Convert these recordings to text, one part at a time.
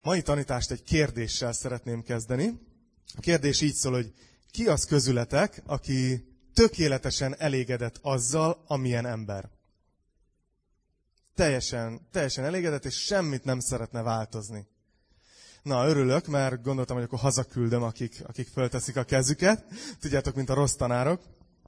Mai tanítást egy kérdéssel szeretném kezdeni. A kérdés így szól, hogy ki az közületek, aki tökéletesen elégedett azzal, amilyen ember? Teljesen elégedett, és semmit nem szeretne változni. Na, örülök, mert gondoltam, hogy akkor hazaküldöm, akik fölteszik a kezüket. Tudjátok, mint a rossz tanárok.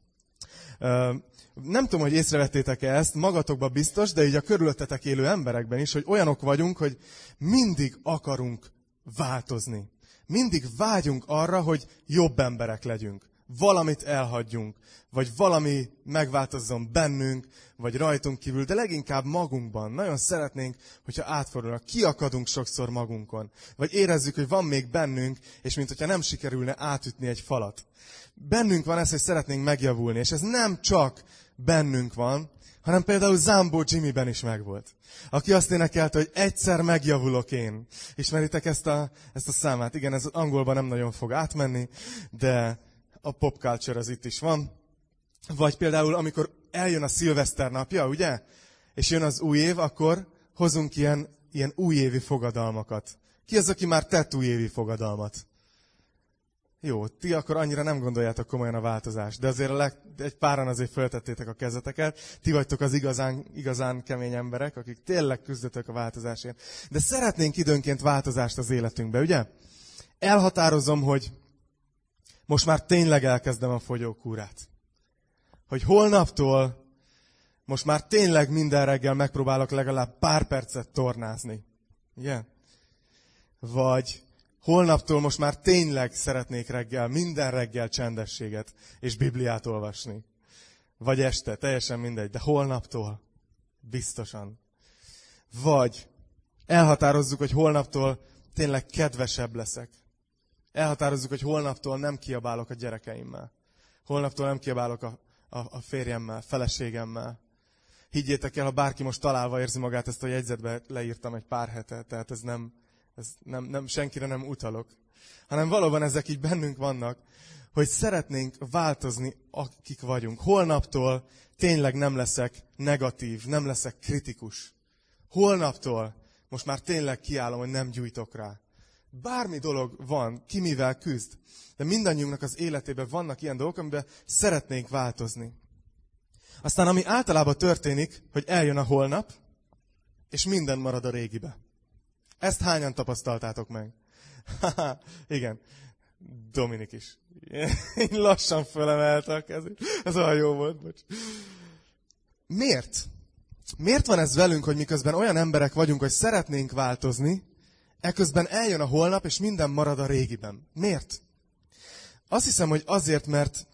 Nem tudom, hogy észrevettétek-e ezt, magatokban biztos, de így a körülöttetek élő emberekben is, hogy olyanok vagyunk, hogy mindig akarunk változni. Mindig vágyunk arra, hogy jobb emberek legyünk. Valamit elhagyjunk, vagy valami megváltozzon bennünk, vagy rajtunk kívül, de leginkább magunkban. Nagyon szeretnénk, hogyha átfordulnak. Kiakadunk sokszor magunkon. Vagy érezzük, hogy van még bennünk, és mint hogyha nem sikerülne átütni egy falat. Bennünk van ez, hogy szeretnénk megjavulni, és ez nem csak bennünk van, hanem például Zambó Jimmyben is megvolt. Aki azt énekelte, hogy egyszer megjavulok én. Ismeritek ezt a számát? Igen, ez angolban nem nagyon fog átmenni, de a pop culture az itt is van. Vagy például, amikor eljön a szilveszter napja, ugye? És jön az új év, akkor hozunk ilyen újévi fogadalmakat. Ki az, aki már tett újévi fogadalmat? Jó, ti akkor annyira nem gondoljátok komolyan a változást, de azért egy páran azért föltettétek a kezeteket. Ti vagytok az igazán kemény emberek, akik tényleg küzdötök a változásért. De szeretnénk időnként változást az életünkbe, ugye? Elhatározom, hogy most már tényleg elkezdem a fogyókúrát. Hogy holnaptól most már tényleg minden reggel megpróbálok legalább pár percet tornázni. Igen? Vagy holnaptól most már tényleg szeretnék minden reggel csendességet és Bibliát olvasni. Vagy este, teljesen mindegy, de holnaptól biztosan. Vagy elhatározzuk, hogy holnaptól tényleg kedvesebb leszek. Elhatározzuk, hogy holnaptól nem kiabálok a gyerekeimmel. Holnaptól nem kiabálok a férjemmel, feleségemmel. Higgyétek el, ha bárki most találva érzi magát, ezt a jegyzetbe leírtam egy pár hete, tehát ez nem senkire nem utalok. Hanem valóban ezek így bennünk vannak, hogy szeretnénk változni, akik vagyunk. Holnaptól tényleg nem leszek negatív, nem leszek kritikus. Holnaptól most már tényleg kiállom, hogy nem gyújtok rá. Bármi dolog van, ki mivel küzd, de mindannyiunknak az életében vannak ilyen dolgok, amiben szeretnénk változni. Aztán ami általában történik, hogy eljön a holnap, és minden marad a régibe. Ezt hányan tapasztaltátok meg? Igen, Dominik is. Én lassan fölemelte a kezét. Ez olyan jó volt, bocs. Miért? Miért van ez velünk, hogy miközben olyan emberek vagyunk, hogy szeretnénk változni, eközben eljön a holnap, és minden marad a régiben? Miért? Azt hiszem, hogy azért,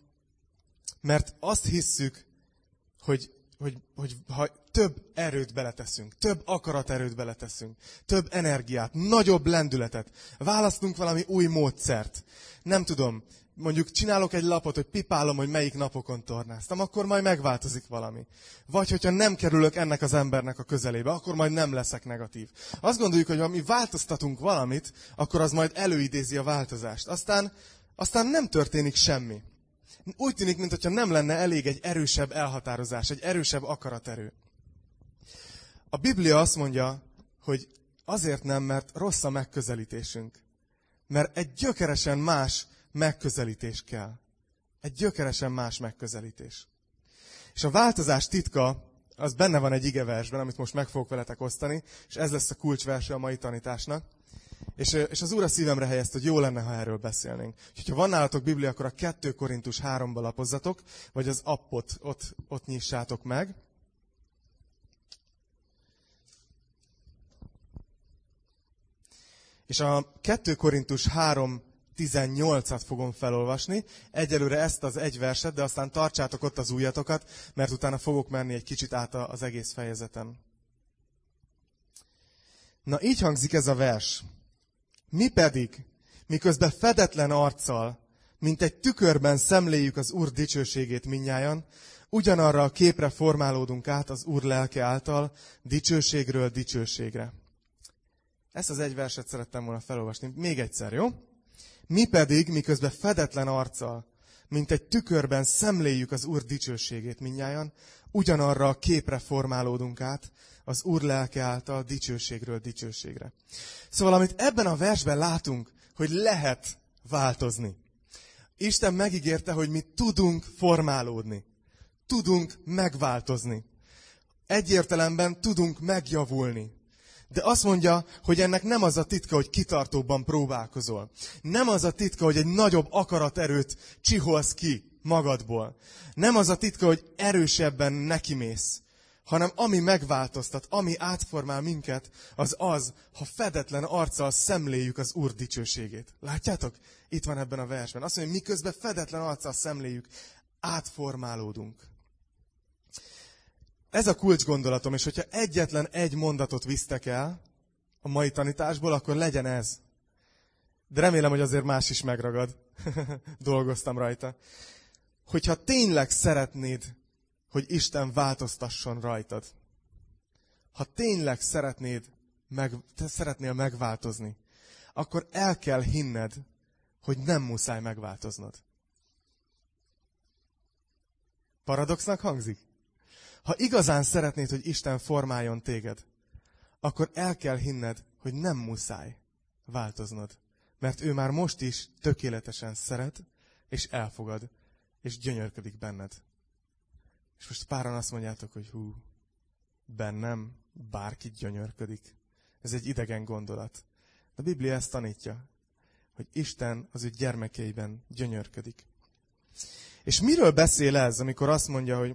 mert azt hisszük, hogy ha több erőt beleteszünk, több akaraterőt beleteszünk, több energiát, nagyobb lendületet, választunk valami új módszert. Nem tudom, mondjuk csinálok egy lapot, hogy pipálom, hogy melyik napokon tornáztam, akkor majd megváltozik valami. Vagy hogyha nem kerülök ennek az embernek a közelébe, akkor majd nem leszek negatív. Azt gondoljuk, hogy ha mi változtatunk valamit, akkor az majd előidézi a változást. Aztán nem történik semmi. Úgy tűnik, mintha nem lenne elég egy erősebb elhatározás, egy erősebb akaraterő. A Biblia azt mondja, hogy azért nem, mert rossz a megközelítésünk. Mert egy gyökeresen más megközelítés kell. Egy gyökeresen más megközelítés. És a változás titka, az benne van egy igeversben, amit most meg fogok veletek osztani, és ez lesz a kulcsverse a mai tanításnak. És az Úr a szívemre helyezte, hogy jó lenne, ha erről beszélnénk. Úgyhogy ha van nálatok Biblia, akkor a 2 Korintus 3-ba lapozzatok, vagy az appot ott nyissátok meg. És a 2 Korintus 3:18-at fogom felolvasni. Egyelőre ezt az egy verset, de aztán tartsátok ott az ujjatokat, mert utána fogok menni egy kicsit át az egész fejezeten. Na, így hangzik ez a vers. Mi pedig, miközben fedetlen arccal, mint egy tükörben szemléljük az Úr dicsőségét mindnyájan, ugyanarra a képre formálódunk át az Úr lelke által, dicsőségről dicsőségre. Ezt az egy verset szerettem volna felolvasni. Még egyszer, jó? Mi pedig, miközben fedetlen arccal, mint egy tükörben szemléljük az Úr dicsőségét mindnyájan, ugyanarra a képre formálódunk át, az Úr lelke által dicsőségről dicsőségre. Szóval, amit ebben a versben látunk, hogy lehet változni. Isten megígérte, hogy mi tudunk formálódni. Tudunk megváltozni. Egy értelemben tudunk megjavulni. De azt mondja, hogy ennek nem az a titka, hogy kitartóbban próbálkozol. Nem az a titka, hogy egy nagyobb akaraterőt csiholsz ki magadból. Nem az a titka, hogy erősebben nekimész. Hanem ami megváltoztat, ami átformál minket, az az, ha fedetlen arccal szemléljük az Úr dicsőségét. Látjátok? Itt van ebben a versben. Azt mondja, hogy miközben fedetlen arccal szemléljük, átformálódunk. Ez a kulcsgondolatom, és hogyha egyetlen egy mondatot visztek el a mai tanításból, akkor legyen ez. De remélem, hogy azért más is megragad. Dolgoztam rajta. Hogyha tényleg szeretnéd, hogy Isten változtasson rajtad, ha tényleg szeretnél megváltozni, akkor el kell hinned, hogy nem muszáj megváltoznod. Paradoxnak hangzik? Ha igazán szeretnéd, hogy Isten formáljon téged, akkor el kell hinned, hogy nem muszáj változnod. Mert ő már most is tökéletesen szeret, és elfogad, és gyönyörködik benned. És most páran azt mondjátok, hogy bennem bárki gyönyörködik. Ez egy idegen gondolat. A Biblia ezt tanítja, hogy Isten az ő gyermekeiben gyönyörködik. És miről beszél ez, amikor azt mondja,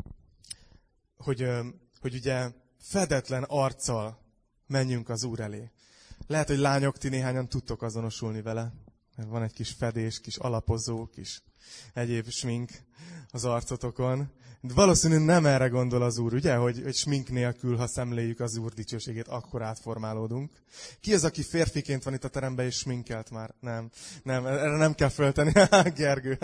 hogy ugye fedetlen arccal menjünk az Úr elé? Lehet, hogy lányok, ti néhányan tudtok azonosulni vele, mert van egy kis fedés, kis alapozó, kis egyéb smink az arcotokon. De valószínűleg nem erre gondol az Úr, ugye, hogy smink nélkül, ha szemléljük az Úr dicsőségét, akkor átformálódunk. Ki az, aki férfiként van itt a teremben, és sminkelt már? Nem, erre nem kell föltenni. Gergő.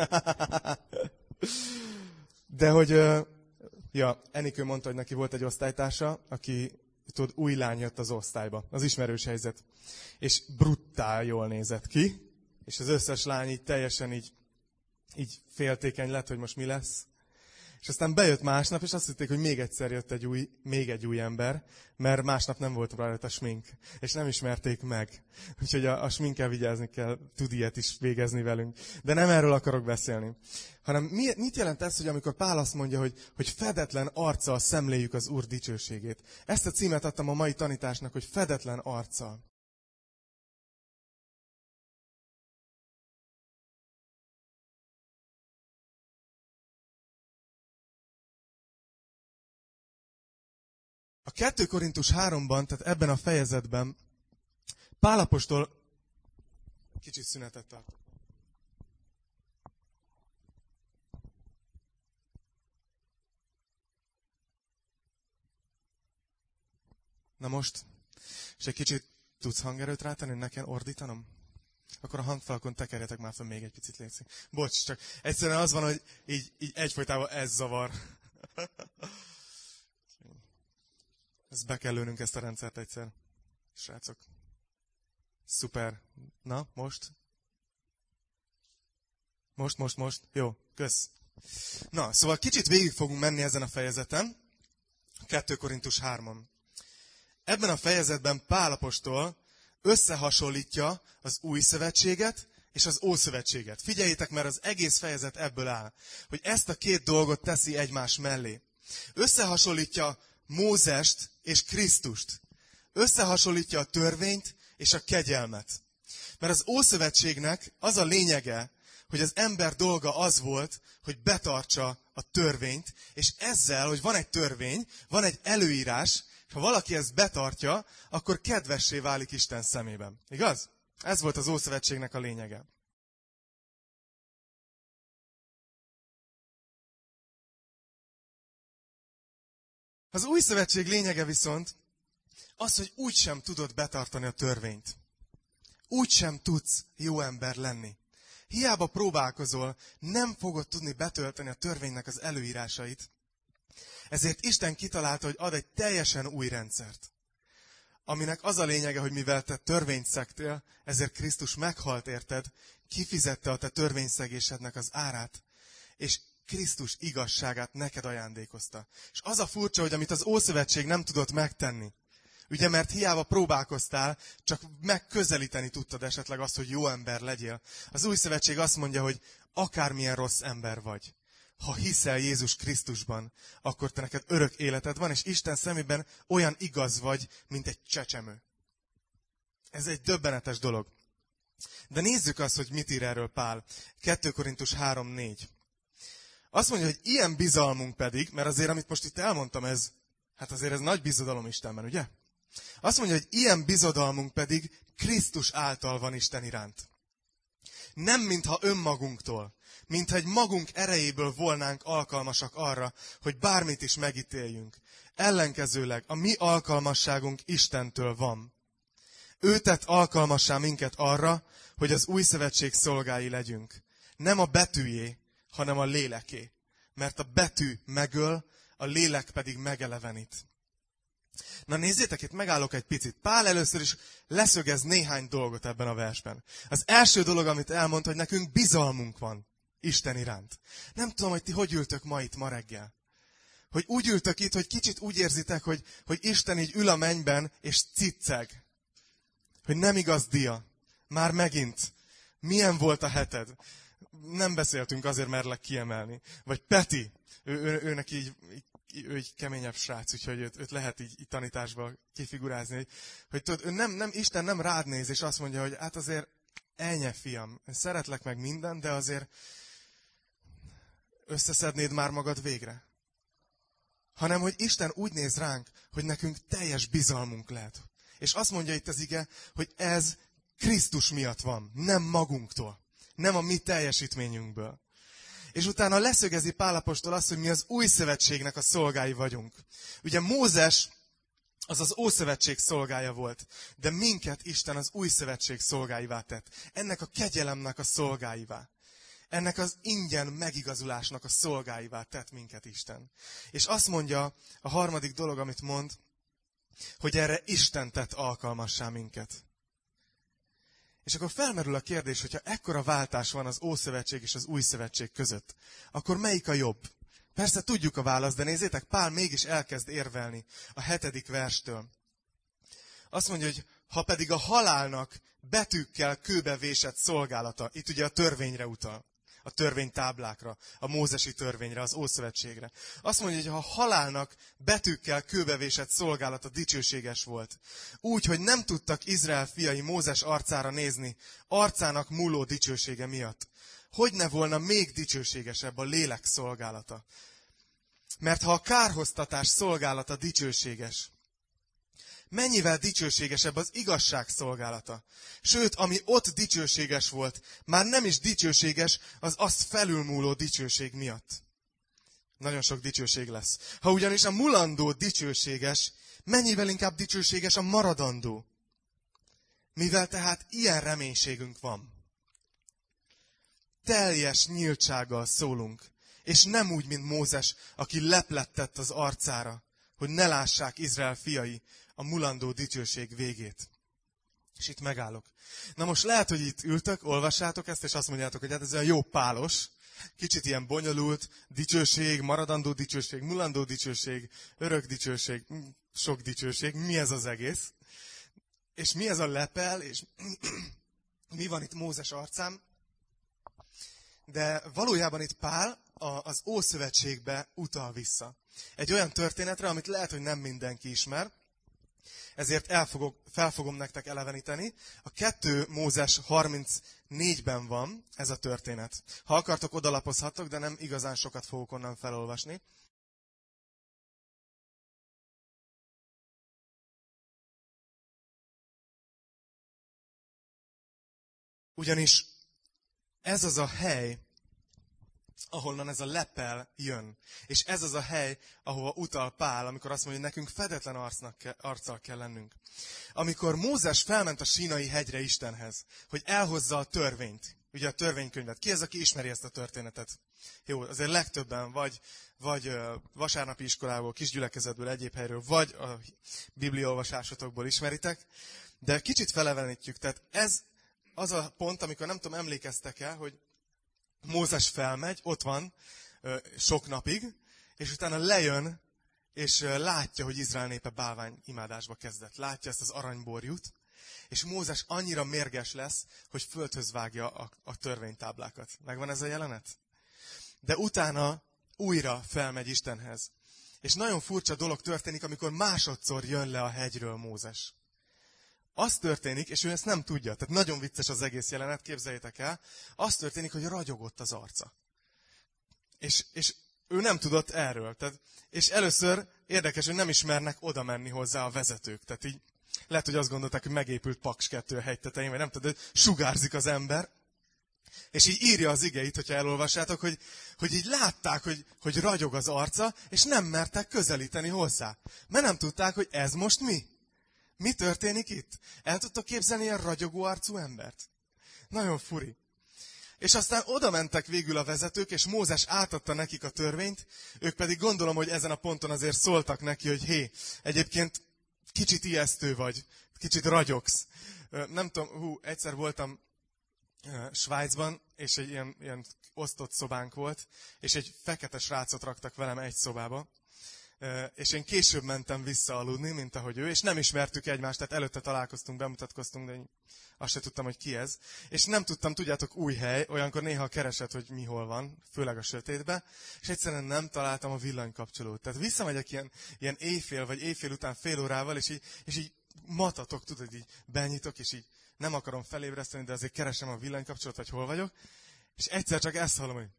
De hogy, Enikő mondta, hogy neki volt egy osztálytársa, aki, tudod, új lány jött az osztályba. Az ismerős helyzet. És brutál jól nézett ki, és az összes lány így teljesen így féltékeny lett, hogy most mi lesz. És aztán bejött másnap, és azt hitték, hogy még egyszer jött még egy új ember, mert másnap nem volt rajta smink, és nem ismerték meg. Úgyhogy a sminkkel vigyázni kell, tud ilyet is végezni velünk. De nem erről akarok beszélni. Hanem mit jelent ez, hogy amikor Pál azt mondja, hogy fedetlen arccal szemléljük az Úr dicsőségét. Ezt a címet adtam a mai tanításnak, hogy fedetlen arccal. A 2 Korintus 3-ban, tehát ebben a fejezetben Pál apostol kicsit szünetet tart. Na most, és egy kicsit tudsz hangerőt rátenni, hogy nekem ordítanom? Akkor a hangfalakon tekerjetek már fel még egy picit, létszik. Bocs, csak egyszerűen az van, hogy így egyfolytában ez zavar. Ezt be kell lőnünk, ezt a rendszert egyszer. Srácok. Szuper. Na, most? Most. Jó, kösz. Na, szóval kicsit végig fogunk menni ezen a fejezeten. 2 Korintus 3-on. Ebben a fejezetben Pál apostol összehasonlítja az új szövetséget és az ószövetséget. Figyeljétek, mert az egész fejezet ebből áll, hogy ezt a két dolgot teszi egymás mellé. Összehasonlítja Mózest és Krisztust. Összehasonlítja a törvényt és a kegyelmet. Mert az Ószövetségnek az a lényege, hogy az ember dolga az volt, hogy betartsa a törvényt, és ezzel, hogy van egy törvény, van egy előírás, ha valaki ezt betartja, akkor kedvessé válik Isten szemében. Igaz? Ez volt az Ószövetségnek a lényege. Az új szövetség lényege viszont az, hogy úgysem tudod betartani a törvényt. Úgysem tudsz jó ember lenni. Hiába próbálkozol, nem fogod tudni betölteni a törvénynek az előírásait. Ezért Isten kitalálta, hogy ad egy teljesen új rendszert. Aminek az a lényege, hogy mivel te törvényt szegtél, ezért Krisztus meghalt érted, kifizette a te törvényszegésednek az árát, és Krisztus igazságát neked ajándékozta. És az a furcsa, hogy amit az Ószövetség nem tudott megtenni, ugye, mert hiába próbálkoztál, csak megközelíteni tudtad esetleg azt, hogy jó ember legyél. Az Új Szövetség azt mondja, hogy akármilyen rossz ember vagy, ha hiszel Jézus Krisztusban, akkor te neked örök életed van, és Isten szemében olyan igaz vagy, mint egy csecsemő. Ez egy döbbenetes dolog. De nézzük azt, hogy mit ír erről Pál. 2 Korintus 3:4. Azt mondja, hogy ilyen bizalmunk pedig, mert azért, amit most itt elmondtam, ez nagy bizodalom Istenben, ugye? Azt mondja, hogy ilyen bizodalmunk pedig Krisztus által van Isten iránt. Nem mintha önmagunktól, mintha egy magunk erejéből volnánk alkalmasak arra, hogy bármit is megítéljünk. Ellenkezőleg a mi alkalmasságunk Istentől van. Ő tett alkalmassá minket arra, hogy az új szövetség szolgái legyünk. Nem a betűjé, hanem a léleké. Mert a betű megöl, a lélek pedig megelevenít. Na nézzétek, itt megállok egy picit. Pál először is leszögez néhány dolgot ebben a versben. Az első dolog, amit elmond, hogy nekünk bizalmunk van Isten iránt. Nem tudom, hogy ti hogy ültök ma reggel. Hogy úgy ültök itt, hogy kicsit úgy érzitek, hogy Isten így ül a mennyben, és cicceg. Hogy nem igaz, Dia. Már megint. Milyen volt a heted? Nem beszéltünk, azért merlek kiemelni. Vagy Peti. Őnek így ő egy keményebb srác, úgyhogy őt lehet így tanításba kifigurázni. Hogy tudod, Isten nem rád néz, és azt mondja, hogy hát azért ennyi, fiam, szeretlek meg minden, de azért összeszednéd már magad végre. Hanem, hogy Isten úgy néz ránk, hogy nekünk teljes bizalmunk lehet. És azt mondja itt az ige, hogy ez Krisztus miatt van, nem magunktól, nem a mi teljesítményünkből. És utána leszögezi Pál apostol azt, hogy mi az új szövetségnek a szolgái vagyunk. Ugye Mózes az Ószövetség szolgája volt, de minket Isten az új szövetség szolgáivá tett. Ennek a kegyelemnek a szolgáivá. Ennek az ingyen megigazulásnak a szolgáivá tett minket Isten. És azt mondja a harmadik dolog, amit mond, hogy erre Isten tett alkalmassá minket. És akkor felmerül a kérdés, hogyha ekkora váltás van az Ószövetség és az Új Szövetség között, akkor melyik a jobb? Persze tudjuk a választ, de nézzétek, Pál mégis elkezd érvelni a 7. verstől. Azt mondja, hogy ha pedig a halálnak betűkkel kőbevésett szolgálata, itt ugye a törvényre utal, a törvénytáblákra, a mózesi törvényre, az Ószövetségre. Azt mondja, hogy ha a halálnak betűkkel kőbevésett szolgálata dicsőséges volt, úgy, hogy nem tudtak Izrael fiai Mózes arcára nézni, arcának múló dicsősége miatt, hogy ne volna még dicsőségesebb a lélek szolgálata. Mert ha a kárhoztatás szolgálata dicsőséges, mennyivel dicsőségesebb az igazság szolgálata. Sőt, ami ott dicsőséges volt, már nem is dicsőséges az azt felülmúló dicsőség miatt. Nagyon sok dicsőség lesz. Ha ugyanis a mulandó dicsőséges, mennyivel inkább dicsőséges a maradandó. Mivel tehát ilyen reménységünk van. Teljes nyíltsággal szólunk, és nem úgy, mint Mózes, aki leplettett az arcára, hogy ne lássák Izrael fiai a mulandó dicsőség végét. És itt megállok. Na most lehet, hogy itt ültök, olvassátok ezt, és azt mondjátok, hogy hát ez olyan jó pálos, kicsit ilyen bonyolult, dicsőség, maradandó dicsőség, mulandó dicsőség, örök dicsőség, sok dicsőség, mi ez az egész? És mi ez a lepel, és mi van itt Mózes arcán? De valójában itt Pál az Ószövetségbe utal vissza. Egy olyan történetre, amit lehet, hogy nem mindenki ismer, ezért fel fogom nektek eleveníteni. A 2 Mózes 34-ben van ez a történet. Ha akartok, odalapozhattok, de nem igazán sokat fogok onnan felolvasni. Ugyanis ez az a hely, ahonnan ez a lepel jön. És ez az a hely, ahova utal Pál, amikor azt mondja, hogy nekünk fedetlen arccal kell lennünk. Amikor Mózes felment a Sínai hegyre Istenhez, hogy elhozza a törvényt, ugye a törvénykönyvet. Ki az, aki ismeri ezt a történetet? Jó, azért legtöbben vagy vasárnapi iskolából, kisgyülekezetből, egyéb helyről, vagy a bibliaolvasásotokból ismeritek, de kicsit felevenítjük. Tehát ez az a pont, amikor nem tudom, emlékeztek el, hogy Mózes felmegy, ott van sok napig, és utána lejön, és látja, hogy Izrael népe bálvány imádásba kezdett. Látja ezt az aranyborjút, és Mózes annyira mérges lesz, hogy földhöz vágja a törvénytáblákat. Megvan ez a jelenet? De utána újra felmegy Istenhez. És nagyon furcsa dolog történik, amikor másodszor jön le a hegyről Mózes. Az történik, és ő ezt nem tudja, tehát nagyon vicces az egész jelenet, képzeljétek el, az történik, hogy ragyogott az arca. És ő nem tudott erről. És először érdekes, hogy nem ismernek oda menni hozzá a vezetők. Tehát így lehet, hogy azt gondolták, hogy megépült Paks 2 a hegy tetején, vagy nem tudod, sugárzik az ember. És így írja az igeit, hogyha elolvassátok, hogy így látták, hogy ragyog az arca, és nem mertek közelíteni hozzá. Mert nem tudták, hogy ez most mi. Mi történik itt? El tudtok képzelni ilyen ragyogó arcú embert? Nagyon furi. És aztán oda mentek végül a vezetők, és Mózes átadta nekik a törvényt, ők pedig gondolom, hogy ezen a ponton azért szóltak neki, hogy hé, egyébként kicsit ijesztő vagy, kicsit ragyogsz. Nem tudom, egyszer voltam Svájcban, és egy ilyen osztott szobánk volt, és egy fekete srácot raktak velem egy szobába, és én később mentem vissza aludni, mint ahogy ő, és nem ismertük egymást, tehát előtte találkoztunk, bemutatkoztunk, de azt se tudtam, hogy ki ez. És nem tudtam, tudjátok, új hely, olyankor néha keresed, hogy mi hol van, főleg a sötétbe, és egyszerűen nem találtam a villanykapcsolót. Tehát visszamegyek ilyen éjfél, vagy éjfél után fél órával, és így matatok, tudod, így benyitok, és így nem akarom felébreszteni, de azért keresem a villanykapcsolót, vagy hol vagyok, és egyszer csak ezt hallom, hogy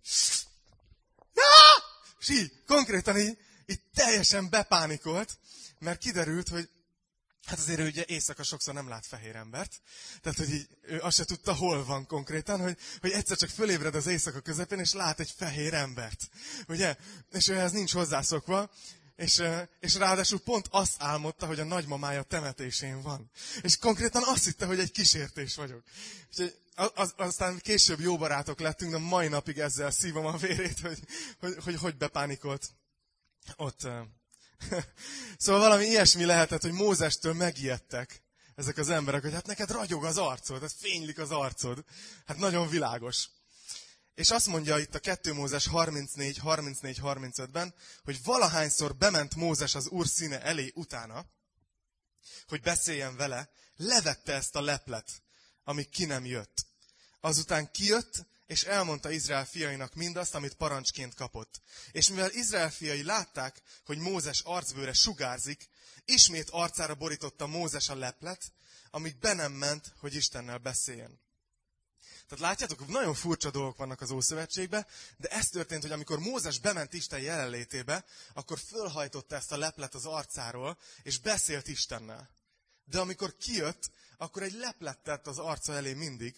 és így, konkrétan így teljesen bepánikolt, mert kiderült, hogy hát azért ő ugye éjszaka sokszor nem lát fehér embert. Tehát, hogy így, ő azt se tudta, hol van konkrétan, hogy egyszer csak fölébred az éjszaka közepén, és lát egy fehér embert. Ugye? És ő ehhez nincs hozzászokva, és ráadásul pont azt álmodta, hogy a nagymamája temetésén van. És konkrétan azt hitte, hogy egy kísértés vagyok. És aztán később jó barátok lettünk, de mai napig ezzel szívom a vérét, hogy bepánikolt ott. Szóval valami ilyesmi lehetett, hogy Mózestől megijedtek ezek az emberek, hogy hát neked ragyog az arcod, hát fénylik az arcod. Hát nagyon világos. És azt mondja itt a 2 Mózes 34-35-ben, hogy valahányszor bement Mózes az Úr színe elé utána, hogy beszéljen vele, levette ezt a leplet, amíg ki nem jött. Azután kijött, és elmondta Izrael fiainak mindazt, amit parancsként kapott. És mivel Izrael fiai látták, hogy Mózes arcbőre sugárzik, ismét arcára borította Mózes a leplet, amíg be nem ment, hogy Istennel beszéljen. Tehát látjátok, nagyon furcsa dolgok vannak az Ószövetségben, de ez történt, hogy amikor Mózes bement Isten jelenlétébe, akkor fölhajtotta ezt a leplet az arcáról, és beszélt Istennel. De amikor kijött, akkor egy leplet tett az arca elé mindig,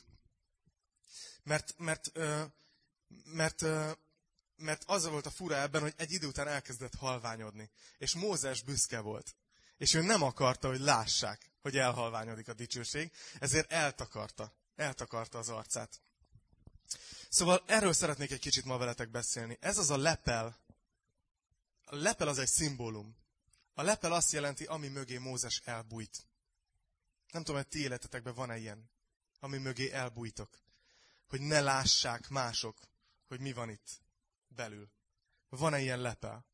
mert az volt a fura ebben, hogy egy idő után elkezdett halványodni. És Mózes büszke volt. És ő nem akarta, hogy lássák, hogy elhalványodik a dicsőség, ezért eltakarta az arcát. Szóval erről szeretnék egy kicsit ma veletek beszélni. Ez az a lepel. A lepel az egy szimbólum. A lepel azt jelenti, ami mögé Mózes elbújt. Nem tudom, hogy ti életetekben van-e ilyen, ami mögé elbújtok. Hogy ne lássák mások, hogy mi van itt belül. Van-e ilyen lepel?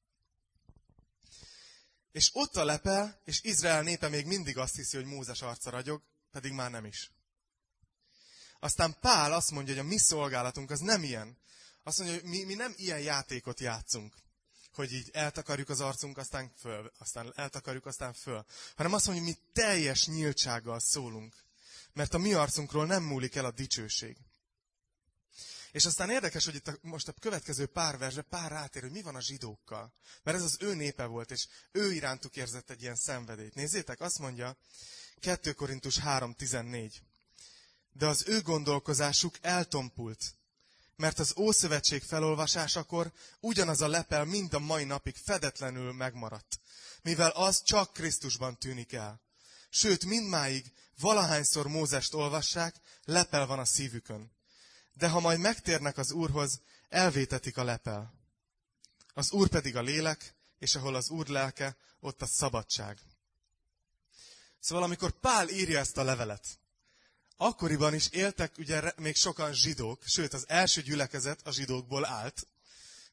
És ott a lepel, és Izrael népe még mindig azt hiszi, hogy Mózes arca ragyog, pedig már nem is. Aztán Pál azt mondja, hogy a mi szolgálatunk az nem ilyen. Azt mondja, hogy mi nem ilyen játékot játszunk, hogy így eltakarjuk az arcunk, aztán föl, aztán eltakarjuk, aztán föl. Hanem azt mondja, hogy mi teljes nyíltsággal szólunk. Mert a mi arcunkról nem múlik el a dicsőség. És aztán érdekes, hogy itt most a következő pár versben Pál rátér, hogy mi van a zsidókkal. Mert ez az ő népe volt, és ő irántuk érzett egy ilyen szenvedélyt. Nézzétek, azt mondja 2 Korintus 3:14. De az ő gondolkozásuk eltompult, mert az Ószövetség felolvasásakor ugyanaz a lepel mind a mai napig fedetlenül megmaradt, mivel az csak Krisztusban tűnik el. Sőt, mindmáig, valahányszor Mózest olvassák, lepel van a szívükön. De ha majd megtérnek az Úrhoz, elvétetik a lepel. Az Úr pedig a lélek, és ahol az Úr lelke, ott a szabadság. Szóval amikor Pál írja ezt a levelet, akkoriban is éltek ugye még sokan zsidók, sőt az első gyülekezet a zsidókból állt.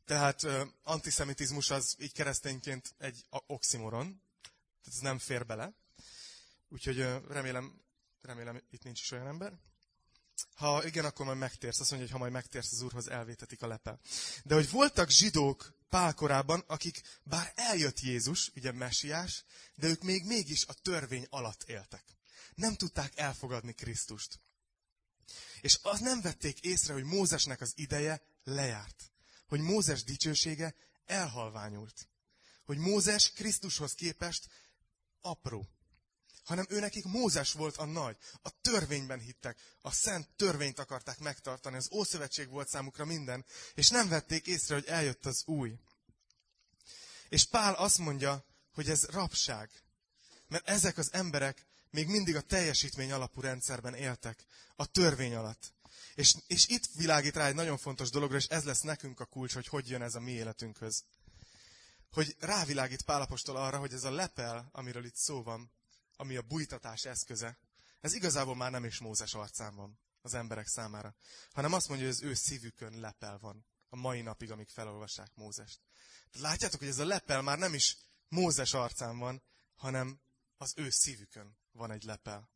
Tehát antiszemitizmus az így keresztényként egy oximoron, tehát ez nem fér bele. Úgyhogy remélem itt nincs is olyan ember. Ha igen, akkor majd megtérsz. Azt mondja, hogy ha majd megtérsz az Úrhoz, elvétetik a lepel. De hogy voltak zsidók Pál korában, akik bár eljött Jézus, ugye mesiás, de ők mégis a törvény alatt éltek. Nem tudták elfogadni Krisztust. És azt nem vették észre, hogy Mózesnek az ideje lejárt. Hogy Mózes dicsősége elhalványult. Hogy Mózes Krisztushoz képest apró. Hanem őnekik Mózes volt a nagy. A törvényben hittek. A szent törvényt akarták megtartani. Az Ószövetség volt számukra minden. És nem vették észre, hogy eljött az új. És Pál azt mondja, hogy ez rabság. Mert ezek az emberek még mindig a teljesítmény alapú rendszerben éltek. A törvény alatt. És itt világít rá egy nagyon fontos dologra, és ez lesz nekünk a kulcs, hogy jön ez a mi életünkhöz. Hogy rávilágít Pál apostol arra, hogy ez a lepel, amiről itt szó van, ami a bújtatás eszköze, ez igazából már nem is Mózes arcán van az emberek számára, hanem azt mondja, hogy az ő szívükön lepel van a mai napig, amíg felolvassák Mózest. Tehát látjátok, hogy ez a lepel már nem is Mózes arcán van, hanem az ő szívükön van egy lepel.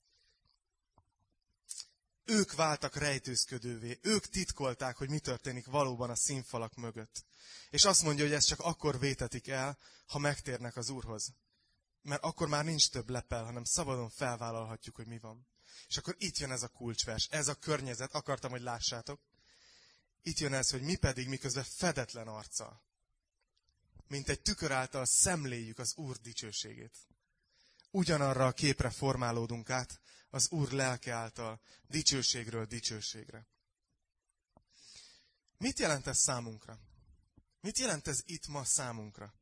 Ők váltak rejtőzködővé, ők titkolták, hogy mi történik valóban a színfalak mögött. És azt mondja, hogy ezt csak akkor vétetik el, ha megtérnek az Úrhoz. Mert akkor már nincs több lepel, hanem szabadon felvállalhatjuk, hogy mi van. És akkor itt jön ez a kulcsvers, ez a környezet, akartam, hogy lássátok. Itt jön ez, hogy mi pedig miközben fedetlen arccal, mint egy tükör által szemléljük az Úr dicsőségét. Ugyanarra a képre formálódunk át, az Úr lelke által, dicsőségről dicsőségre. Mit jelent ez számunkra? Mit jelent ez itt ma számunkra?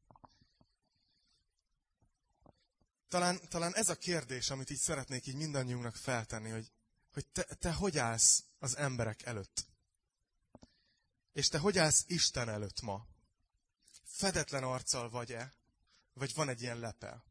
Talán ez a kérdés, amit így szeretnék így mindannyiunknak feltenni, hogy te hogy állsz az emberek előtt? És te hogy állsz Isten előtt ma? Fedetlen arccal vagy-e? Vagy van egy ilyen lepel?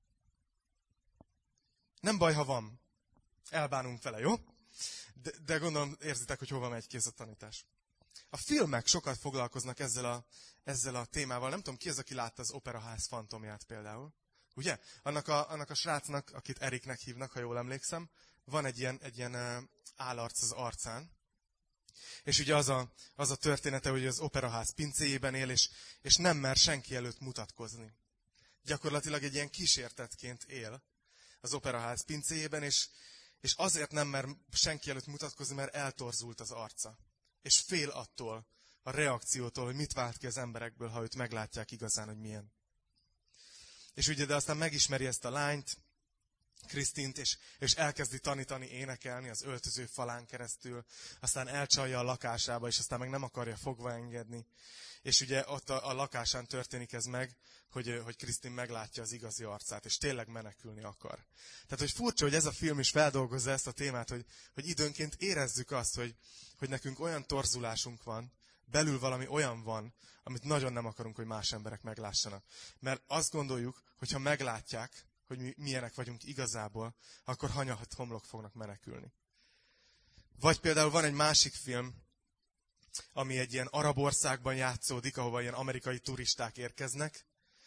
Nem baj, ha van. Elbánunk vele, jó? De gondolom érzitek, hogy hova megy ki ez a tanítás. A filmek sokat foglalkoznak ezzel a témával. Nem tudom, ki az, aki látta az Operaház fantomját például. Ugye? Annak a srácnak, akit Eriknek hívnak, ha jól emlékszem, van egy ilyen állarc az arcán. És ugye az a története, hogy az Operaház pincéjében él, és nem mer senki előtt mutatkozni. Gyakorlatilag egy ilyen kísértetként él az Operaház pincéjében, és azért nem mer senki előtt mutatkozni, mert eltorzult az arca. És fél attól, a reakciótól, hogy mit vált ki az emberekből, ha őt meglátják igazán, hogy milyen. És ugye, de aztán megismeri ezt a lányt, Krisztint, és elkezdi tanítani, énekelni az öltöző falán keresztül, aztán elcsalja a lakásába, és aztán meg nem akarja fogva engedni. És ugye ott a lakásán történik ez meg, hogy Krisztin meglátja az igazi arcát, és tényleg menekülni akar. Tehát, hogy furcsa, hogy ez a film is feldolgozza ezt a témát, hogy időnként érezzük azt, hogy nekünk olyan torzulásunk van, belül valami olyan van, amit nagyon nem akarunk, hogy más emberek meglássanak. Mert azt gondoljuk, hogy ha meglátják, hogy mi milyenek vagyunk igazából, akkor hanyatt homlok fognak menekülni. Vagy például van egy másik film, ami egy ilyen arab országban játszódik, ahova ilyen amerikai turisták érkeznek,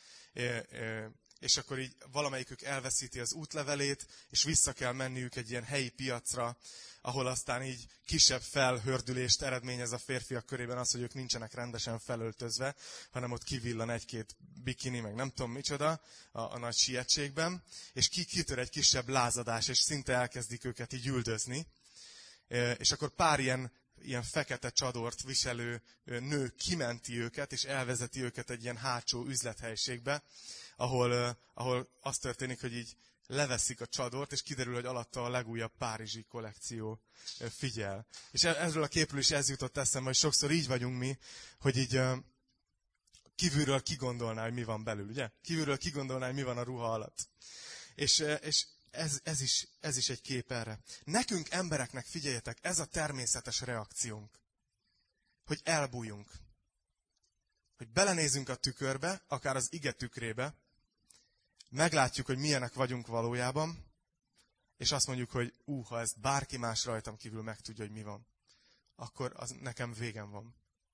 és akkor így valamelyikük elveszíti az útlevelét, és vissza kell menniük egy ilyen helyi piacra, ahol aztán így kisebb felhördülést eredményez a férfiak körében az, hogy ők nincsenek rendesen felöltözve, hanem ott kivillan egy-két bikini, meg nem tudom micsoda a nagy sietségben, és kitör egy kisebb lázadás, és szinte elkezdik őket így üldözni. És akkor pár ilyen fekete csadort viselő nő kimenti őket, és elvezeti őket egy ilyen hátsó üzlethelyiségbe, ahol az történik, hogy így leveszik a csadort, és kiderül, hogy alatta a legújabb párizsi kollekció figyel. És erről a képről is ez jutott eszembe, hogy sokszor így vagyunk mi, hogy így kívülről kigondolná, hogy mi van belül, ugye? Kívülről kigondolná, hogy mi van a ruha alatt. És ez is egy kép erre. Nekünk embereknek, figyeljetek, ez a természetes reakciónk, hogy elbújjunk. Hogy belenézünk a tükörbe, akár az ige tükrébe, meglátjuk, hogy milyenek vagyunk valójában, és azt mondjuk, hogy ha ezt bárki más rajtam kívül megtudja, hogy mi van, akkor az nekem végem van.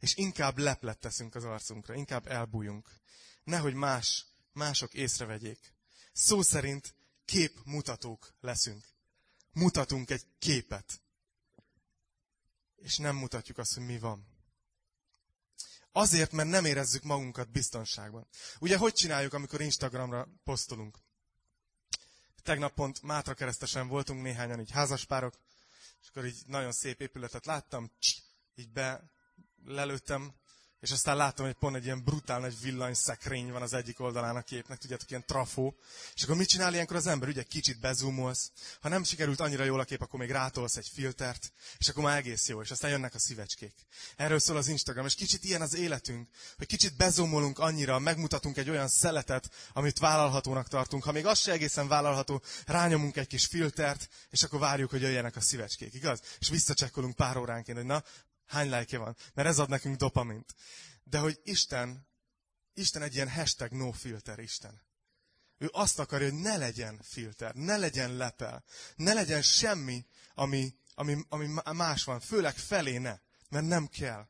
és inkább leplet teszünk az arcunkra, inkább elbújunk. Nehogy mások észrevegyék. Szó szerint képmutatók leszünk. Mutatunk egy képet. És nem mutatjuk azt, hogy mi van. Azért, mert nem érezzük magunkat biztonságban. Ugye, hogy csináljuk, amikor Instagramra posztolunk? Tegnap pont Mátrakeresztesen voltunk néhányan így házaspárok, és akkor így nagyon szép épületet láttam, így lelőttem, és aztán láttam, hogy pont egy ilyen brutál nagy villanyszekrény van az egyik oldalán a képnek, tudjátok, ilyen trafó. És akkor mit csinál ilyenkor az ember? Ugye kicsit bezoomolsz. Ha nem sikerült annyira jól a kép, akkor még rátolsz egy filtert, és akkor már egész jó, és aztán jönnek a szívecskék. Erről szól az Instagram, és kicsit ilyen az életünk, hogy kicsit bezoomolunk annyira, megmutatunk egy olyan szeletet, amit vállalhatónak tartunk. Ha még az se egészen vállalható, rányomunk egy kis filtert, és akkor várjuk, hogy jöjjenek a szívecskék, igaz? És visszacsekkolunk pár óránként, hogy na, hány like van, mert ez ad nekünk dopamint. De hogy Isten egy ilyen hashtag no filter Isten. Ő azt akarja, hogy ne legyen filter, ne legyen lepel, ne legyen semmi, ami más van, főleg felé ne, mert nem kell.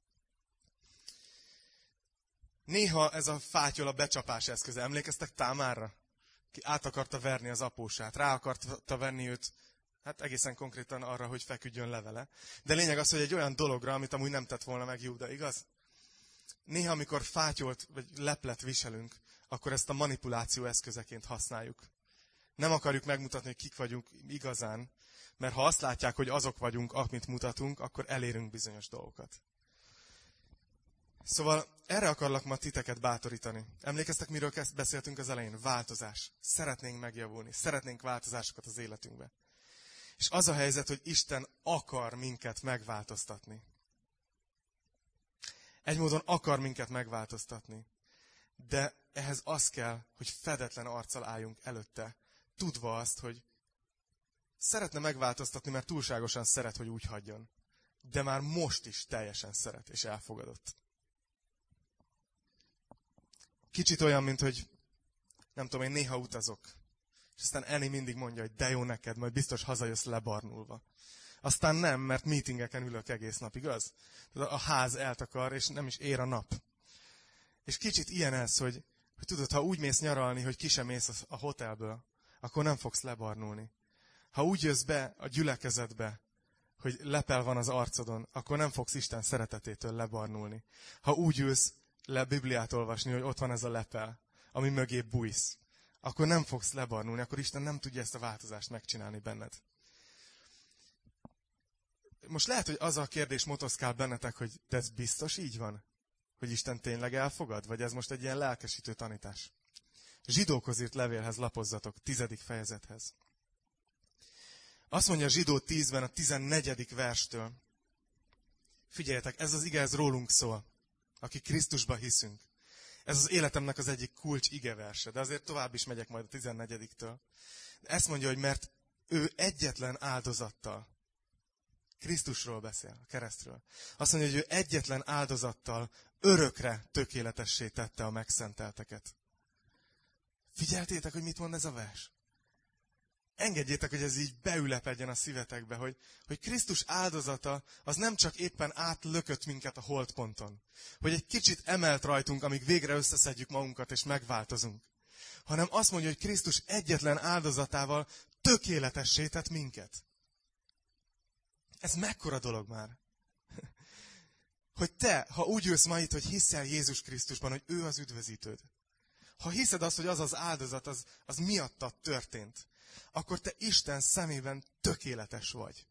Néha ez a fátyol a becsapás eszköze. Emlékeztek Támárra? Ki át akarta verni az apósát, rá akarta venni őt, hát egészen konkrétan arra, hogy feküdjön le vele. De lényeg az, hogy egy olyan dologra, amit amúgy nem tett volna meg Júda, igaz? Néha, amikor fátyolt vagy leplet viselünk, akkor ezt a manipuláció eszközeként használjuk. Nem akarjuk megmutatni, hogy kik vagyunk igazán, mert ha azt látják, hogy azok vagyunk, amit mutatunk, akkor elérünk bizonyos dolgokat. Szóval erre akarlak ma titeket bátorítani. Emlékeztek, miről beszéltünk az elején? Változás. Szeretnénk megjavulni, szeretnénk változásokat az életünkbe. És az a helyzet, hogy Isten akar minket megváltoztatni. Egy módon akar minket megváltoztatni. De ehhez az kell, hogy fedetlen arccal álljunk előtte, tudva azt, hogy szeretne megváltoztatni, mert túlságosan szeret, hogy úgy hagyjon. De már most is teljesen szeret és elfogadott. Kicsit olyan, mint hogy nem tudom, én néha utazok. És aztán Eni mindig mondja, hogy de jó neked, majd biztos hazajössz lebarnulva. Aztán nem, mert meetingeken ülök egész nap, igaz? A ház eltakar, és nem is ér a nap. És kicsit ilyen ez, hogy tudod, ha úgy mész nyaralni, hogy ki sem mész a hotelből, akkor nem fogsz lebarnulni. Ha úgy jössz be a gyülekezetbe, hogy lepel van az arcodon, akkor nem fogsz Isten szeretetétől lebarnulni. Ha úgy ülsz le Bibliát olvasni, hogy ott van ez a lepel, ami mögé bújsz, akkor nem fogsz lebarnulni, akkor Isten nem tudja ezt a változást megcsinálni benned. Most lehet, hogy az a kérdés motoszkál bennetek, hogy de ez biztos így van? Hogy Isten tényleg elfogad? Vagy ez most egy ilyen lelkesítő tanítás? Zsidókhoz írt levélhez lapozzatok, 10. fejezethez. Azt mondja Zsidó 10-ben a 14. verstől. Figyeljetek, ez az ige, ez rólunk szól, akik Krisztusba hiszünk. Ez az életemnek az egyik kulcs igeverse, de azért tovább is megyek majd a 14-től. Ezt mondja, hogy mert ő egyetlen áldozattal, Krisztusról beszél, a keresztről. Azt mondja, hogy ő egyetlen áldozattal örökre tökéletessé tette a megszentelteket. Figyeltétek, hogy mit mond ez a vers? Engedjétek, hogy ez így beülepedjen a szívetekbe, hogy Krisztus áldozata az nem csak éppen átlökött minket a holtponton, hogy egy kicsit emelt rajtunk, amíg végre összeszedjük magunkat és megváltozunk, hanem azt mondja, hogy Krisztus egyetlen áldozatával tökéletessé tett minket. Ez mekkora dolog már? Hogy te, ha úgy ülsz ma itt, hogy hiszel Jézus Krisztusban, hogy ő az üdvözítőd, ha hiszed azt, hogy az az áldozat, az miattad történt, akkor te Isten szemében tökéletes vagy.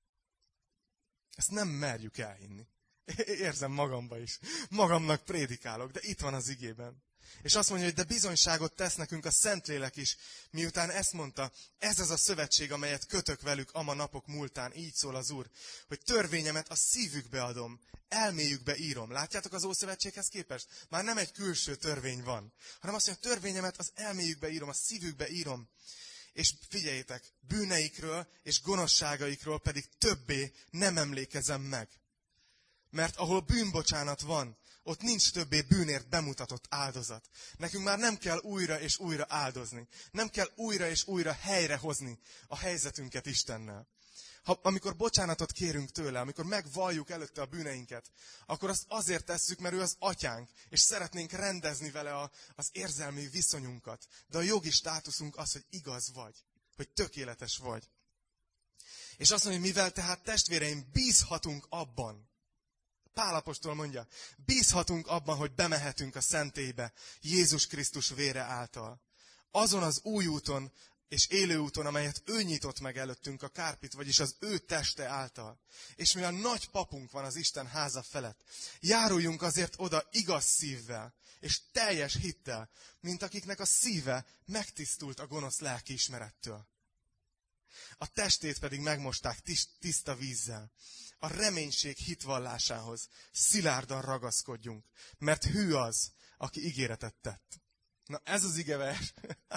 Ezt nem merjük elhinni. Érzem magamba is. Magamnak prédikálok, de itt van az igében. És azt mondja, hogy de bizonyságot tesz nekünk a Szentlélek is, miután ezt mondta, ez az a szövetség, amelyet kötök velük ama napok múltán, így szól az Úr, hogy törvényemet a szívükbe adom, elméjükbe írom. Látjátok az Ószövetséghez képest? Már nem egy külső törvény van, hanem azt mondja, törvényemet az elméjükbe írom, a szívükbe írom. És figyeljétek, bűneikről és gonoszságaikról pedig többé nem emlékezem meg. Mert ahol bűnbocsánat van, ott nincs többé bűnért bemutatott áldozat. Nekünk már nem kell újra és újra áldozni. Nem kell újra és újra helyrehozni a helyzetünket Istennel. Amikor bocsánatot kérünk tőle, amikor megvalljuk előtte a bűneinket, akkor azt azért tesszük, mert ő az atyánk, és szeretnénk rendezni vele az érzelmi viszonyunkat. De a jogi státuszunk az, hogy igaz vagy, hogy tökéletes vagy. És azt mondja, hogy mivel tehát testvéreim bízhatunk abban, Pál apostol mondja, bízhatunk abban, hogy bemehetünk a szentélybe Jézus Krisztus vére által. Azon az új úton és élő úton, amelyet ő nyitott meg előttünk a kárpit, vagyis az ő teste által. És mivel nagy papunk van az Isten háza felett, járuljunk azért oda igaz szívvel és teljes hittel, mint akiknek a szíve megtisztult a gonosz lelkiismerettől. A testét pedig megmosták tiszta vízzel. A reménység hitvallásához szilárdan ragaszkodjunk, mert hű az, aki ígéretet tett. Na, ez az igevers.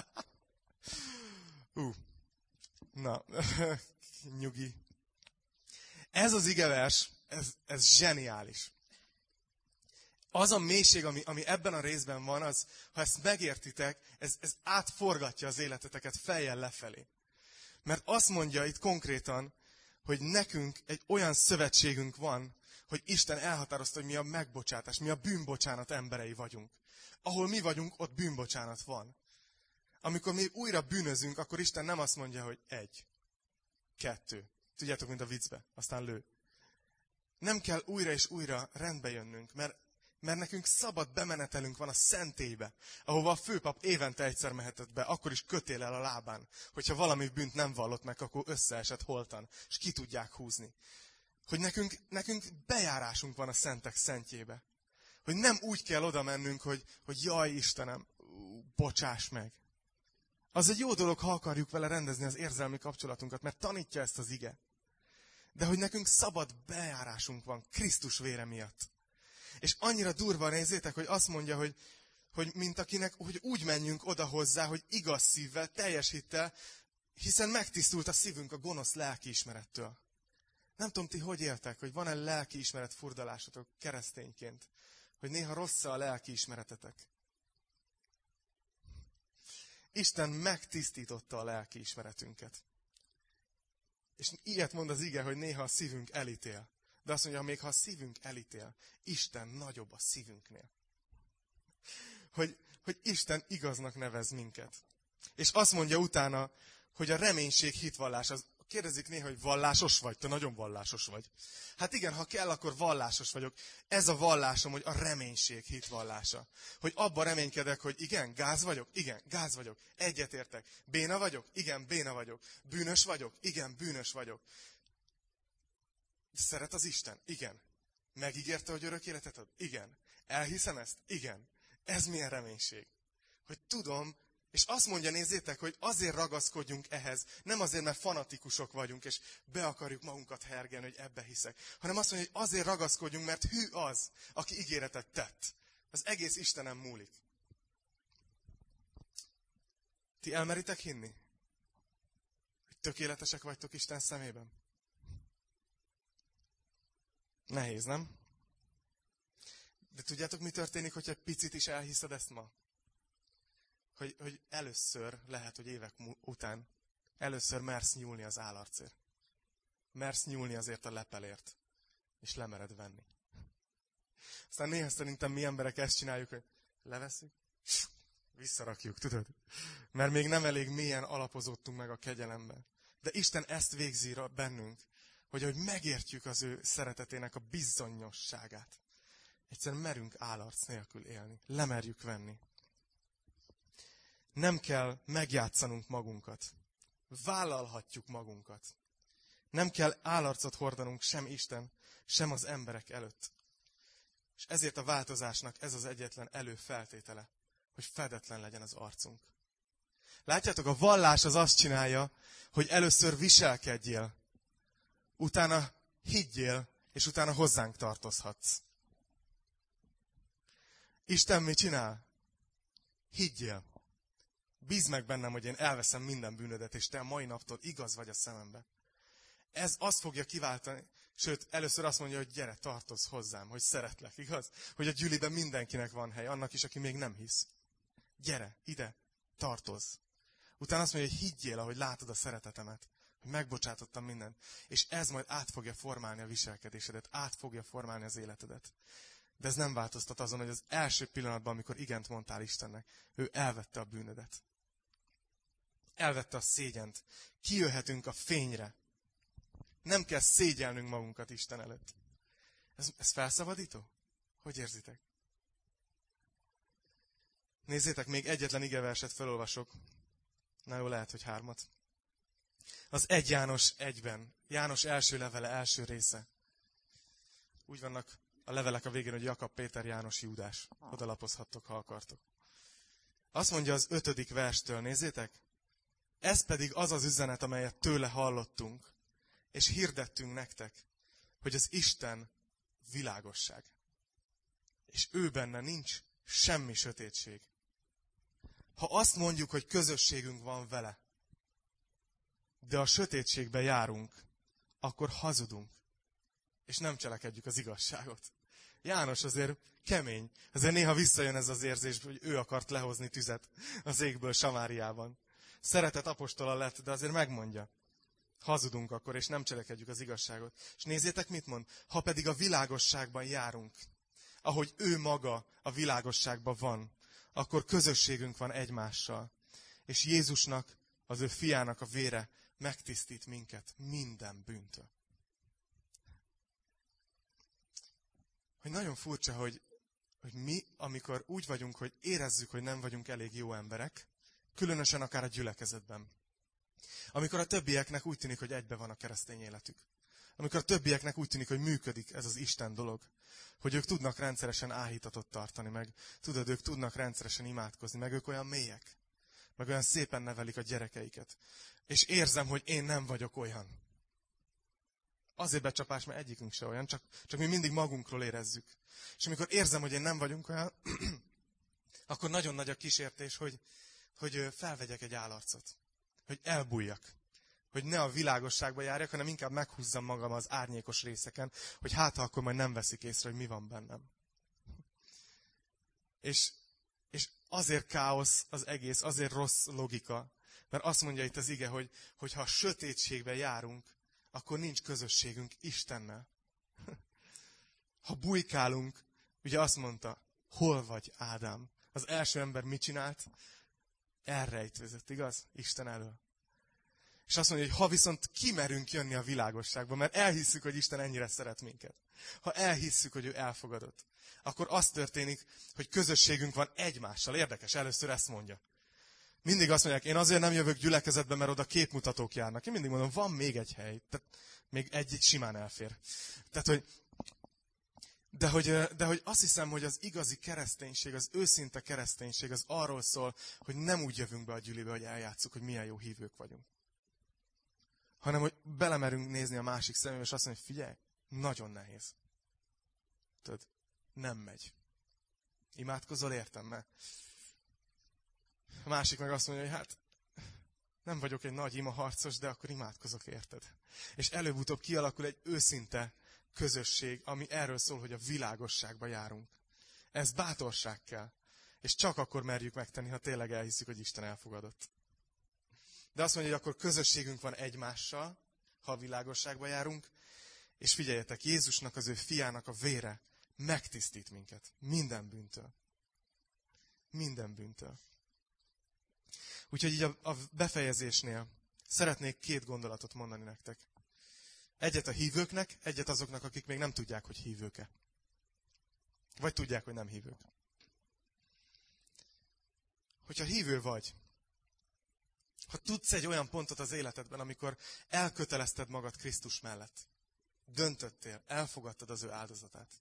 Na, nyugi. Ez az igevers, ez zseniális. Az a mélység, ami ebben a részben van, az, ha ezt megértitek, ez átforgatja az életeteket fejjel lefelé. Mert azt mondja itt konkrétan, hogy nekünk egy olyan szövetségünk van, hogy Isten elhatározta, hogy mi a megbocsátás, mi a bűnbocsánat emberei vagyunk. Ahol mi vagyunk, ott bűnbocsánat van. Amikor mi újra bűnözünk, akkor Isten nem azt mondja, hogy 1, 2. Tudjátok, mint a viccbe, aztán lő. Nem kell újra és újra rendbe jönnünk, mert nekünk szabad bemenetelünk van a szentélybe, ahova a főpap évente egyszer mehetett be, akkor is kötéllel a lábán. Hogyha valami bűnt nem vallott meg, akkor összeesett holtan, és ki tudják húzni. Hogy nekünk bejárásunk van a szentek szentjébe. Hogy nem úgy kell oda mennünk, hogy jaj Istenem, bocsáss meg. Az egy jó dolog, ha akarjuk vele rendezni az érzelmi kapcsolatunkat, mert tanítja ezt az ige. De hogy nekünk szabad bejárásunk van Krisztus vére miatt. És annyira durva, nézzétek, hogy azt mondja, hogy mint akinek, hogy úgy menjünk oda hozzá, hogy igaz szívvel, teljes hittel, hiszen megtisztult a szívünk a gonosz lelkiismerettől. Nem tudom, ti hogy éltek, hogy van-e lelkiismeret furdalásotok keresztényként, hogy néha rossz a lelkiismeretetek. Isten megtisztította a lelkiismeretünket. És ilyet mond az ige, hogy néha a szívünk elítél. De azt mondja, még ha a szívünk elítél, Isten nagyobb a szívünknél. Hogy Isten igaznak nevez minket. És azt mondja utána, hogy a reménység hitvallás. Kérdezik néha, hogy vallásos vagy? Te nagyon vallásos vagy. Hát igen, ha kell, akkor vallásos vagyok. Ez a vallásom, hogy a reménység hitvallása. Hogy abban reménykedek, hogy igen, gáz vagyok? Igen, gáz vagyok. Egyetértek. Béna vagyok? Igen, béna vagyok. Bűnös vagyok? Igen, bűnös vagyok. Szeret az Isten? Igen. Megígérte, hogy örök életet ad? Igen. Elhiszem ezt? Igen. Ez milyen reménység? Hogy tudom, és azt mondja, nézzétek, hogy azért ragaszkodjunk ehhez, nem azért, mert fanatikusok vagyunk, és be akarjuk magunkat hergelni, hogy ebbe hiszek, hanem azt mondja, hogy azért ragaszkodjunk, mert hű az, aki ígéretet tett. Az egész Istenem múlik. Ti elmeritek hinni? Hogy tökéletesek vagytok Isten szemében? Nehéz, nem? De tudjátok, mi történik, hogyha egy picit is elhiszed ezt ma? Hogy először, lehet, hogy évek után, először mersz nyúlni az állarcért. Mersz nyúlni azért a lepelért. És lemered venni. Aztán néha szerintem mi emberek ezt csináljuk, hogy leveszünk, visszarakjuk, tudod? Mert még nem elég mélyen alapozottunk meg a kegyelemben. De Isten ezt végzi bennünk, hogy megértjük az ő szeretetének a bizonyosságát. Egyszerűen merünk állarc nélkül élni. Lemerjük venni. Nem kell megjátszanunk magunkat. Vállalhatjuk magunkat. Nem kell állarcot hordanunk sem Isten, sem az emberek előtt. És ezért a változásnak ez az egyetlen előfeltétele, hogy fedetlen legyen az arcunk. Látjátok, a vallás az azt csinálja, hogy először viselkedjél, utána higgyél, és utána hozzánk tartozhatsz. Isten mit csinál? Higgyél. Bízd meg bennem, hogy én elveszem minden bűnödet, és te a mai naptól igaz vagy a szemembe. Ez azt fogja kiváltani, sőt, először azt mondja, hogy gyere, tartozz hozzám, hogy szeretlek, igaz? Hogy a gyűliben mindenkinek van hely, annak is, aki még nem hisz. Gyere, ide, tartozz. Utána azt mondja, hogy higgyél, ahogy látod a szeretetemet, Megbocsátottam mindent. És ez majd át fogja formálni a viselkedésedet, át fogja formálni az életedet. De ez nem változtat azon, hogy az első pillanatban, amikor igent mondtál Istennek, ő elvette a bűnödet. Elvette a szégyent. Kijöhetünk a fényre. Nem kell szégyelnünk magunkat Isten előtt. Ez felszabadító? Hogy érzitek? Nézzétek, még egyetlen igeverset felolvasok. Na jó, lehet, hogy 3. Az 1 János 1-ben. János első levele, első része. Úgy vannak a levelek a végén, hogy Jakab, Péter, János, Júdás. Oda lapozhattok, ha akartok. Azt mondja az 5. verstől, nézzétek. Ez pedig az az üzenet, amelyet tőle hallottunk, és hirdettünk nektek, hogy az Isten világosság. És ő benne nincs semmi sötétség. Ha azt mondjuk, hogy közösségünk van vele, de a sötétségben járunk, akkor hazudunk, és nem cselekedjük az igazságot. János azért kemény. Azért néha visszajön ez az érzés, hogy ő akart lehozni tüzet az égből Samáriában. Szeretett apostola lett, de azért megmondja. Hazudunk akkor, és nem cselekedjük az igazságot. És nézzétek, mit mond? Ha pedig a világosságban járunk, ahogy ő maga a világosságban van, akkor közösségünk van egymással. És Jézusnak, az ő fiának a vére megtisztít minket minden bűntől. Hogy nagyon furcsa, hogy mi, amikor úgy vagyunk, hogy érezzük, hogy nem vagyunk elég jó emberek, különösen akár a gyülekezetben. Amikor a többieknek úgy tűnik, hogy egybe van a keresztény életük. Amikor a többieknek úgy tűnik, hogy működik ez az Isten dolog. Hogy ők tudnak rendszeresen áhítatot tartani, meg tudod, ők tudnak rendszeresen imádkozni, meg ők olyan mélyek. Meg olyan szépen nevelik a gyerekeiket. És érzem, hogy én nem vagyok olyan. Azért becsapás, mert egyikünk se olyan, csak mi mindig magunkról érezzük. És amikor érzem, hogy én nem vagyunk olyan, akkor nagyon nagy a kísértés, hogy felvegyek egy állarcot. Hogy elbújjak. Hogy ne a világosságba járjak, hanem inkább meghúzzam magam az árnyékos részeken, hogy hát ha akkor majd nem veszik észre, hogy mi van bennem. És azért káosz az egész, azért rossz logika, mert azt mondja itt az ige, hogy ha a sötétségben járunk, akkor nincs közösségünk Istennel. Ha bujkálunk, ugye azt mondta, hol vagy Ádám? Az első ember mit csinált? Elrejtőzött, igaz? Isten elől. És azt mondja, hogy ha viszont kimerünk jönni a világosságba, mert elhisszük, hogy Isten ennyire szeret minket. Ha elhisszük, hogy ő elfogadott, akkor az történik, hogy közösségünk van egymással. Érdekes, először ezt mondja. Mindig azt mondják, én azért nem jövök gyülekezetbe, mert oda képmutatók járnak. Én mindig mondom, van még egy hely. Tehát még egy simán elfér. Tehát, De hogy azt hiszem, hogy az igazi kereszténység, az őszinte kereszténység az arról szól, hogy nem úgy jövünk be a gyülibe, hogy eljátsszuk, hogy milyen jó hívők vagyunk. Hanem, hogy belemerünk nézni a másik szemébe, és azt mondja, hogy figyelj, nagyon nehéz. Tudod, nem megy. Imádkozol, értem, mert a másik meg azt mondja, hogy hát nem vagyok egy nagy imaharcos, de akkor imádkozok, érted? És előbb-utóbb kialakul egy őszinte közösség, ami erről szól, hogy a világosságba járunk. Ez bátorság kell. És csak akkor merjük megtenni, ha tényleg elhiszük, hogy Isten elfogadott. De azt mondja, hogy akkor közösségünk van egymással, ha a világosságba járunk, és figyeljetek, Jézusnak, az ő fiának a vére megtisztít minket. Minden bűntől. Minden bűntől. Úgyhogy így a befejezésnél szeretnék 2 gondolatot mondani nektek. Egyet a hívőknek, egyet azoknak, akik még nem tudják, hogy hívők-e. Vagy tudják, hogy nem hívők. Hogyha hívő vagy, ha tudsz egy olyan pontot az életedben, amikor elkötelezted magad Krisztus mellett, döntöttél, elfogadtad az ő áldozatát.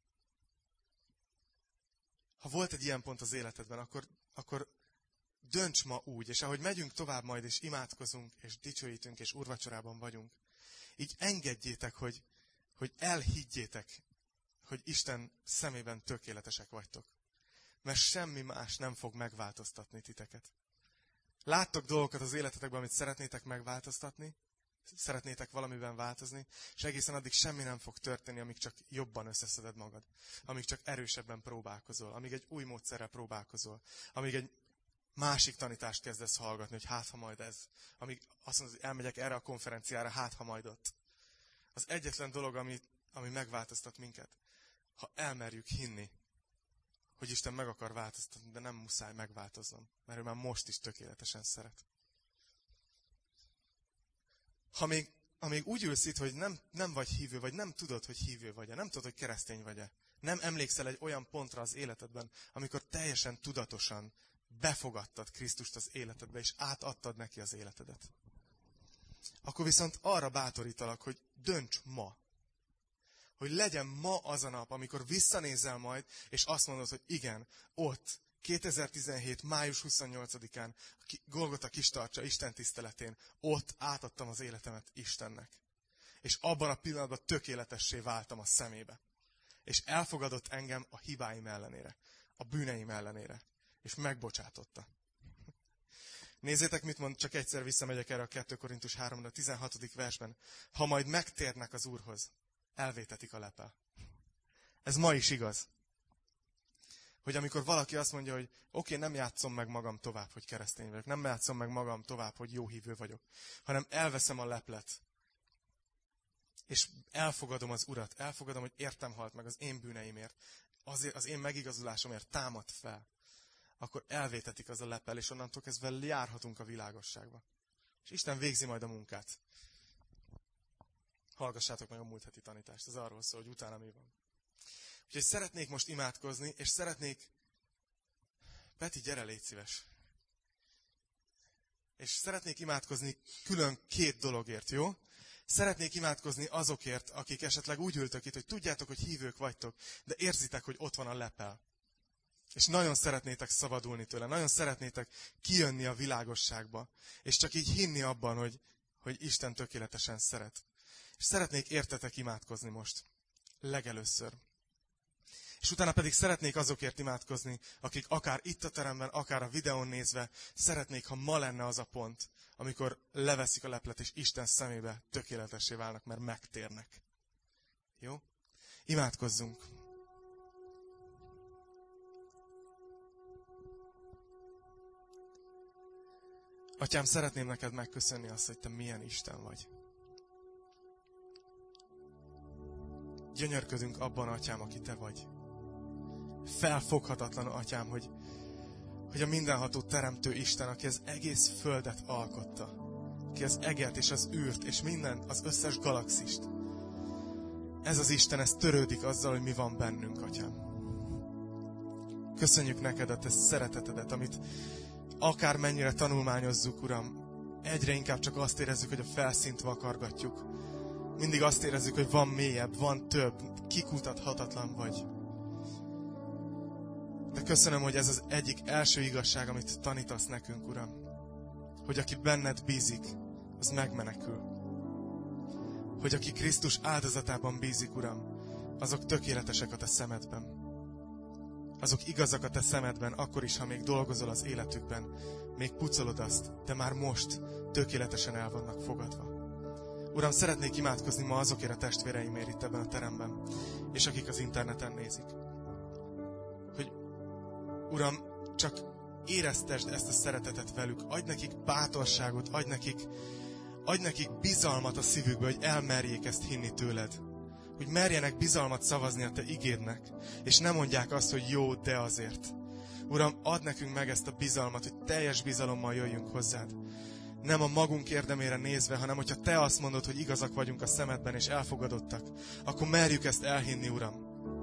Ha volt egy ilyen pont az életedben, akkor dönts ma úgy, és ahogy megyünk tovább majd, és imádkozunk, és dicsőítünk, és úrvacsorában vagyunk, így engedjétek, hogy elhiggyétek, hogy Isten szemében tökéletesek vagytok. Mert semmi más nem fog megváltoztatni titeket. Láttok dolgokat az életetekben, amit szeretnétek megváltoztatni, szeretnétek valamiben változni, és egészen addig semmi nem fog történni, amíg csak jobban összeszeded magad. Amíg csak erősebben próbálkozol, amíg egy új módszerrel próbálkozol, amíg egy másik tanítást kezdesz hallgatni, hogy hát ha majd ez. Amíg azt mondod, hogy elmegyek erre a konferenciára, hát ha majd ott. Az egyetlen dolog, ami megváltoztat minket, ha elmerjük hinni, hogy Isten meg akar változtatni, de nem muszáj megváltoznom, mert ő már most is tökéletesen szeret. Ha még úgy ülsz itt, hogy nem vagy hívő, vagy nem tudod, hogy hívő vagy-e, nem tudod, hogy keresztény vagy-e, nem emlékszel egy olyan pontra az életedben, amikor teljesen tudatosan befogadtad Krisztust az életedbe, és átadtad neki az életedet. Akkor viszont arra bátorítalak, hogy dönts ma. Hogy legyen ma az a nap, amikor visszanézel majd, és azt mondod, hogy igen, ott, 2017. május 28-án, Golgota Kistarcsa Isten tiszteletén, ott átadtam az életemet Istennek. És abban a pillanatban tökéletessé váltam a szemébe. És elfogadott engem a hibáim ellenére, a bűneim ellenére, és megbocsátotta. Nézzétek, mit mond, csak egyszer visszamegyek erre a 2 Korintus 3. 16. versben. Ha majd megtérnek az Úrhoz, elvétetik a lepel. Ez ma is igaz. Hogy amikor valaki azt mondja, hogy oké, nem játszom meg magam tovább, hogy keresztény vagyok, nem játszom meg magam tovább, hogy jó hívő vagyok, hanem elveszem a leplet, és elfogadom az Urat, elfogadom, hogy értem halt meg az én bűneimért, azért az én megigazulásomért támad fel, akkor elvétetik az a lepel, és onnantól kezdve járhatunk a világosságba. És Isten végzi majd a munkát. Hallgassátok meg a múlt heti tanítást, ez arról szól, hogy utána mi van. Úgyhogy szeretnék most imádkozni, és szeretnék... Peti, gyere, légy szíves. És szeretnék imádkozni külön 2 dologért, jó? Szeretnék imádkozni azokért, akik esetleg úgy ültök itt, hogy tudjátok, hogy hívők vagytok, de érzitek, hogy ott van a lepel. És nagyon szeretnétek szabadulni tőle, nagyon szeretnétek kijönni a világosságba, és csak így hinni abban, hogy Isten tökéletesen szeret. És szeretnék értetek imádkozni most. Legelőször. És utána pedig szeretnék azokért imádkozni, akik akár itt a teremben, akár a videón nézve, szeretnék, ha ma lenne az a pont, amikor leveszik a leplet, és Isten szemébe tökéletessé válnak, mert megtérnek. Jó? Imádkozzunk! Atyám, szeretném neked megköszönni azt, hogy te milyen Isten vagy. Gyönyörködünk abban, Atyám, aki te vagy. Felfoghatatlan, Atyám, hogy a mindenható teremtő Isten, aki az egész földet alkotta, aki az eget és az űrt és az összes galaxist. Ez az Isten, ez törődik azzal, hogy mi van bennünk, Atyám. Köszönjük neked a te szeretetedet, amit akármennyire tanulmányozzuk, Uram, egyre inkább csak azt érezzük, hogy a felszínt vakargatjuk. Mindig azt érezzük, hogy van mélyebb, van több, kikutathatatlan vagy. De köszönöm, hogy ez az egyik első igazság, amit tanítasz nekünk, Uram. Hogy aki benned bízik, az megmenekül. Hogy aki Krisztus áldozatában bízik, Uram, azok tökéletesek a te szemedben. Azok igazak a te szemedben, akkor is, ha még dolgozol az életükben, még pucolod azt, de már most tökéletesen el vannak fogadva. Uram, szeretnék imádkozni ma azokért a testvéreimért itt ebben a teremben, és akik az interneten nézik. Hogy, Uram, csak éreztesd ezt a szeretetet velük, adj nekik bátorságot, adj nekik bizalmat a szívükbe, hogy elmerjék ezt hinni tőled. Hogy merjenek bizalmat szavazni a te igédnek, és ne mondják azt, hogy jó, de azért. Uram, add nekünk meg ezt a bizalmat, hogy teljes bizalommal jöjjünk hozzád. Nem a magunk érdemére nézve, hanem hogyha te azt mondod, hogy igazak vagyunk a szemedben, és elfogadottak, akkor merjük ezt elhinni, Uram.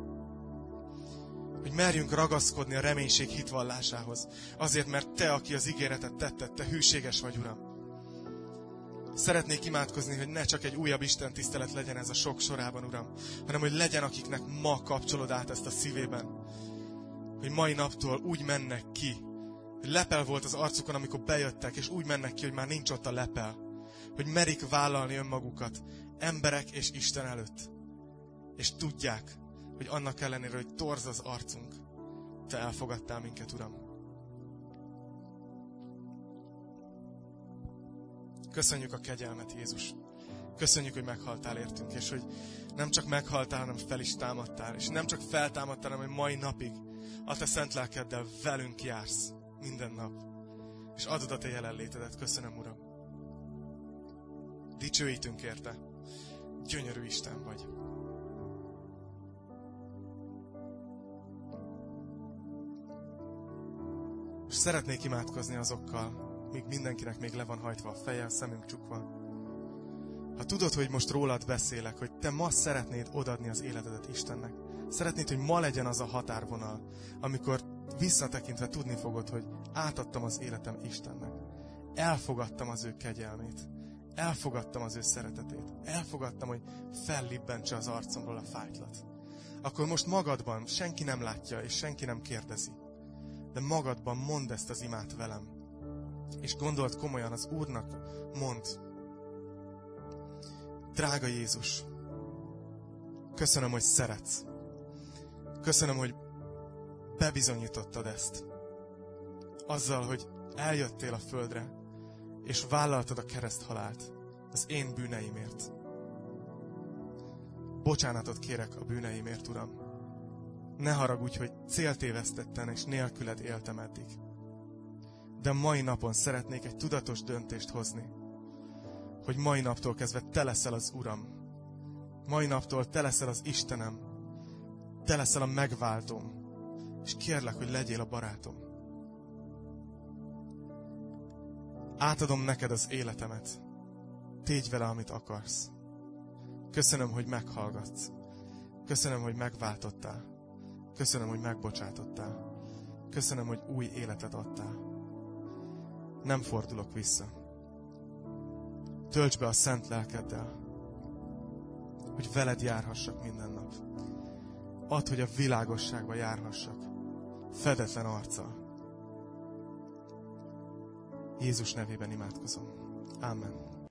Hogy merjünk ragaszkodni a reménység hitvallásához. Azért, mert te, aki az ígéretet tetted, te hűséges vagy, Uram. Szeretnék imádkozni, hogy ne csak egy újabb Isten tisztelet legyen ez a sok sorában, Uram, hanem hogy legyen, akiknek ma kapcsolod át ezt a szívében. Hogy mai naptól úgy mennek ki, hogy lepel volt az arcukon, amikor bejöttek, és úgy mennek ki, hogy már nincs ott a lepel. Hogy merik vállalni önmagukat emberek és Isten előtt. És tudják, hogy annak ellenére, hogy torz az arcunk, te elfogadtál minket, Uram. Köszönjük a kegyelmet, Jézus. Köszönjük, hogy meghaltál értünk, és hogy nem csak meghaltál, hanem fel is támadtál. És nem csak feltámadtál, hanem hogy mai napig a te szent lelkeddel velünk jársz minden nap. és adod a te jelenlétedet. Köszönöm, Uram. Dicsőítünk érte. Gyönyörű Isten vagy. És szeretnék imádkozni azokkal, míg mindenkinek még le van hajtva a feje, a szemünk csukva. Ha tudod, hogy most rólad beszélek, hogy te ma szeretnéd odaadni az életedet Istennek. Szeretnéd, hogy ma legyen az a határvonal, amikor visszatekintve tudni fogod, hogy átadtam az életem Istennek. Elfogadtam az ő kegyelmét. Elfogadtam az ő szeretetét. Elfogadtam, hogy fellibbentse az arcomról a fájtlat. Akkor most magadban senki nem látja, és senki nem kérdezi. De magadban mondd ezt az imát velem. És gondold komolyan, az Úrnak mondd. Drága Jézus, köszönöm, hogy szeretsz. Köszönöm, hogy bebizonyítottad ezt. Azzal, hogy eljöttél a földre, és vállaltad a kereszthalált az én bűneimért. Bocsánatot kérek a bűneimért, Uram. Ne haragudj, hogy céltévesztetten és nélküled éltem eddig. De mai napon szeretnék egy tudatos döntést hozni, hogy mai naptól kezdve te leszel az Uram. Mai naptól te leszel az Istenem. Te leszel a megváltóm. És kérlek, hogy legyél a barátom. Átadom neked az életemet. Tégy vele, amit akarsz. Köszönöm, hogy meghallgatsz. Köszönöm, hogy megváltottál. Köszönöm, hogy megbocsátottál. Köszönöm, hogy új életet adtál. Nem fordulok vissza. Töltsd be a szent lelkeddel, hogy veled járhassak minden nap. Add, hogy a világosságba járhassak, fedetlen arccal. Jézus nevében imádkozom. Amen.